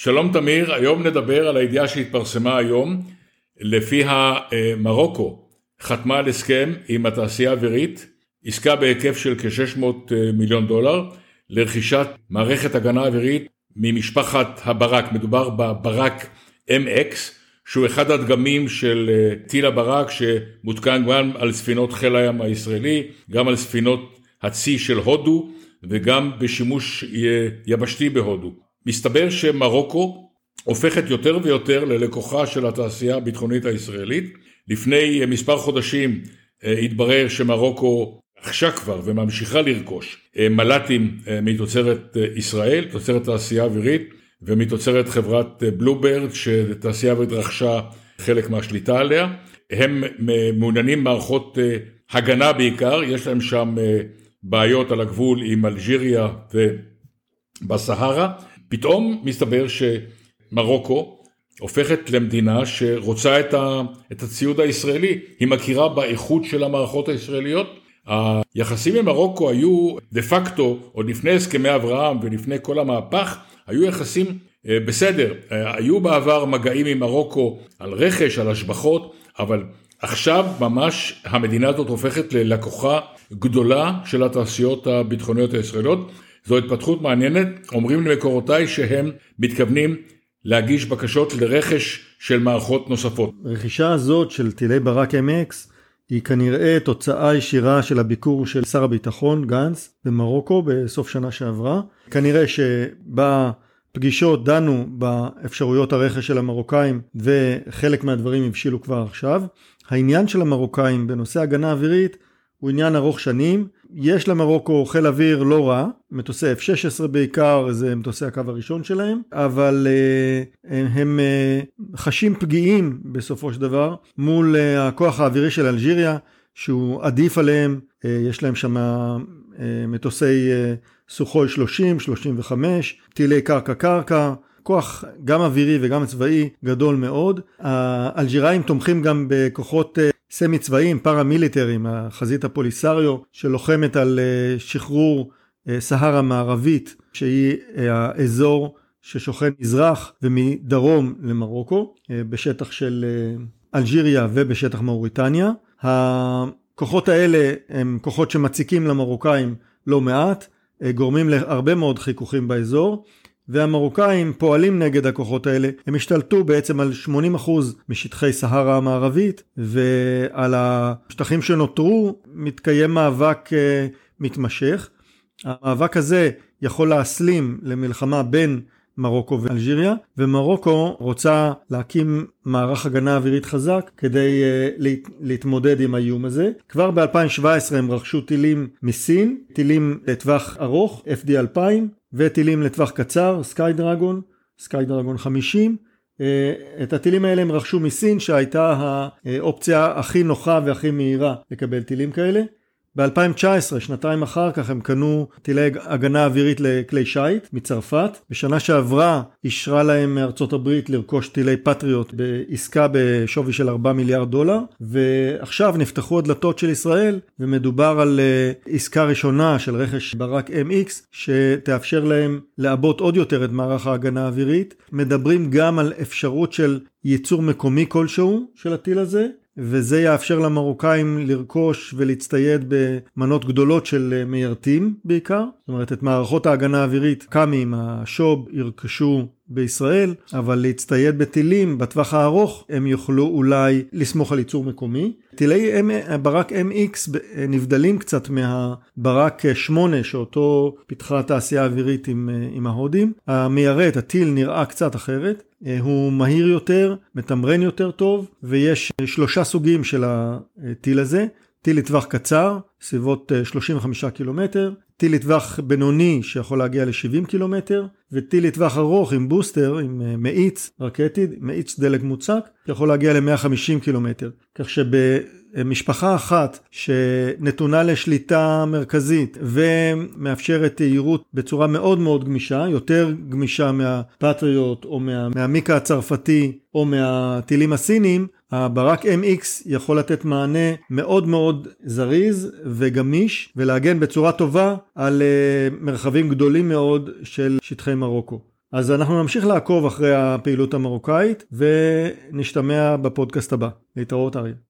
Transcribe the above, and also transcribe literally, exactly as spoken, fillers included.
שלום תמיר, היום נדבר על הידיעה שהתפרסמה היום, לפיה מרוקו חתמה על הסכם עם התעשייה האווירית, עסקה בהיקף של כ-שש מאות מיליון דולר, לרכישת מערכת הגנה אווירית ממשפחת הברק. מדובר בברק אם אקס, שהוא אחד הדגמים של טיל הברק, שמותקן גם על ספינות חיל הים הישראלי, גם על ספינות הצי של הודו, וגם בשימוש יבשתי בהודו. מסתבר שמרוקו הופכת יותר ויותר ללקוחה של התעשייה הביטחונית הישראלית. לפני מספר חודשים התברר שמרוקו רכשה כבר וממשיכה לרכוש מל"טים מתוצרת ישראל, תוצרת תעשייה אווירית, ומתוצרת חברת בלוברד, שתעשייה אווירית רכשה חלק מהשליטה עליה. הם מעוניינים מערכות הגנה בעיקר, יש להם שם בעיות על הגבול עם אלג'יריה ובסהרה. פתאום מסתבר שמרוקו הופכת למדינה שרוצה את, ה, את הציוד הישראלי, היא מכירה באיכות של המערכות הישראליות. היחסים עם מרוקו היו דה פקטו, עוד לפני הסכמי אברהם ולפני כל המהפך, היו יחסים בסדר. היו בעבר מגעים עם מרוקו על רכש, על השבחות, אבל עכשיו ממש המדינה הזאת הופכת ללקוחה גדולה של התעשיות הביטחוניות הישראליות. זו התפתחות מעניינת. אומרים למקורותיי שהם מתכוונים להגיש בקשות לרכש של מערכות נוספות. רכישה הזאת של טילי ברק אם אקס היא כנראה תוצאה ישירה של הביקור של שר הביטחון גנץ במרוקו בסוף שנה שעברה. כנראה שבפגישות דנו באפשרויות הרכש של המרוקאים, וחלק מהדברים הבשילו כבר עכשיו. העניין של המרוקאים בנושא הגנה אווירית הוא עניין ארוך שנים. יש למרוקו חיל אוויר לא רע, מטוסי אף שש עשרה בעיקר, זה מטוסי הקו הראשון שלהם, אבל uh, הם uh, חשים פגיעים בסופו של דבר מול uh, הכוח האווירי של אלג'יריה, שהוא עדיף עליהם. uh, יש להם שם uh, מטוסי uh, סוחוי שלושים, שלושים וחמש, טילי קרקע קרקע, כוח גם אווירי וגם צבאי גדול מאוד. האלג'יראים תומכים גם בכוחות uh, סמי צבאיים, פארה-מיליטריים, החזית הפוליסריו, שלוחמת על שחרור סהרה מערבית, שהיא האזור ששוכן מזרח ומדרום למרוקו, בשטח של אלג'יריה ובשטח מאוריטניה. הכוחות האלה הם כוחות שמציקים למרוקאים לא מעט, גורמים להרבה מאוד חיכוכים באזור, והמרוקאים פועלים נגד הכוחות האלה. הם השתלטו בעצם על שמונים אחוז משטחי סהרה המערבית, ועל השטחים שנותרו מתקיים מאבק מתמשך. המאבק הזה יכול להסלים למלחמה בין מרוקו ואלג'יריה, ומרוקו רוצה להקים מערך הגנה אווירית חזק כדי uh, להתמודד עם האיום הזה. כבר ב-אלפיים שבע עשרה הם רכשו טילים מסין, טילים לטווח ארוך, אף די אלפיים, וטילים לטווח קצר, סקאי דרגון, סקאי דרגון חמישים. Uh, את הטילים האלה הם רכשו מסין, שהייתה האופציה הכי נוחה והכי מהירה לקבל טילים כאלה. ב-אלפיים תשע עשרה, שנתיים אחר כך, הם קנו טילי הגנה אווירית לכלי שייט מצרפת. בשנה שעברה אישרה להם מארצות הברית לרכוש טילי פטריוט בעסקה בשווי של ארבעה מיליארד דולר, ועכשיו נפתחו הדלתות של ישראל, ומדובר על עסקה ראשונה של רכש ברק אם אקס, שתאפשר להם לעבות עוד יותר את מערך ההגנה האווירית. מדברים גם על אפשרות של ייצור מקומי כלשהו של הטיל הזה, וזה יאפשר למרוקאים לרכוש ולהצטייד במנות גדולות של מיירטים בעיקר. זאת אומרת, את מערכות ההגנה האווירית קאמים, השוב, ירכשו בישראל, אבל להצטייד בטילים בטווח הארוך הם יוכלו אולי לסמוך על ייצור מקומי. טילי ברק אם אקס נבדלים קצת מהברק שמונה שאותו פיתחה התעשייה האווירית עם, עם ההודים. המיירט, הטיל נראה קצת אחרת, הוא מהיר יותר, מתמרן יותר טוב, ויש שלושה סוגים של הטיל הזה. טיל לטווח קצר, סביבות שלושים וחמישה קילומטר, טיל לטווח בינוני שיכול להגיע ל-שבעים קילומטר, וטיל לטווח ארוך עם בוסטר, עם מאיץ רקטי, מאיץ דלק מוצק, יכול להגיע ל-מאה וחמישים קילומטר. כך שבמשפחה אחת שנתונה לשליטה מרכזית ומאפשרת תהירות בצורה מאוד מאוד גמישה, יותר גמישה מהפטריוט או מה, מהמיקה הצרפתי או מהטילים הסינים, הברק אם אקס יכול לתת מענה מאוד מאוד זריז וגמיש, ולהגן בצורה טובה על מרחבים גדולים מאוד של שטחי מרוקו. אז אנחנו נמשיך לעקוב אחרי הפעילות המרוקאית ונשתמע בפודקאסט הבא. להתראות אריה.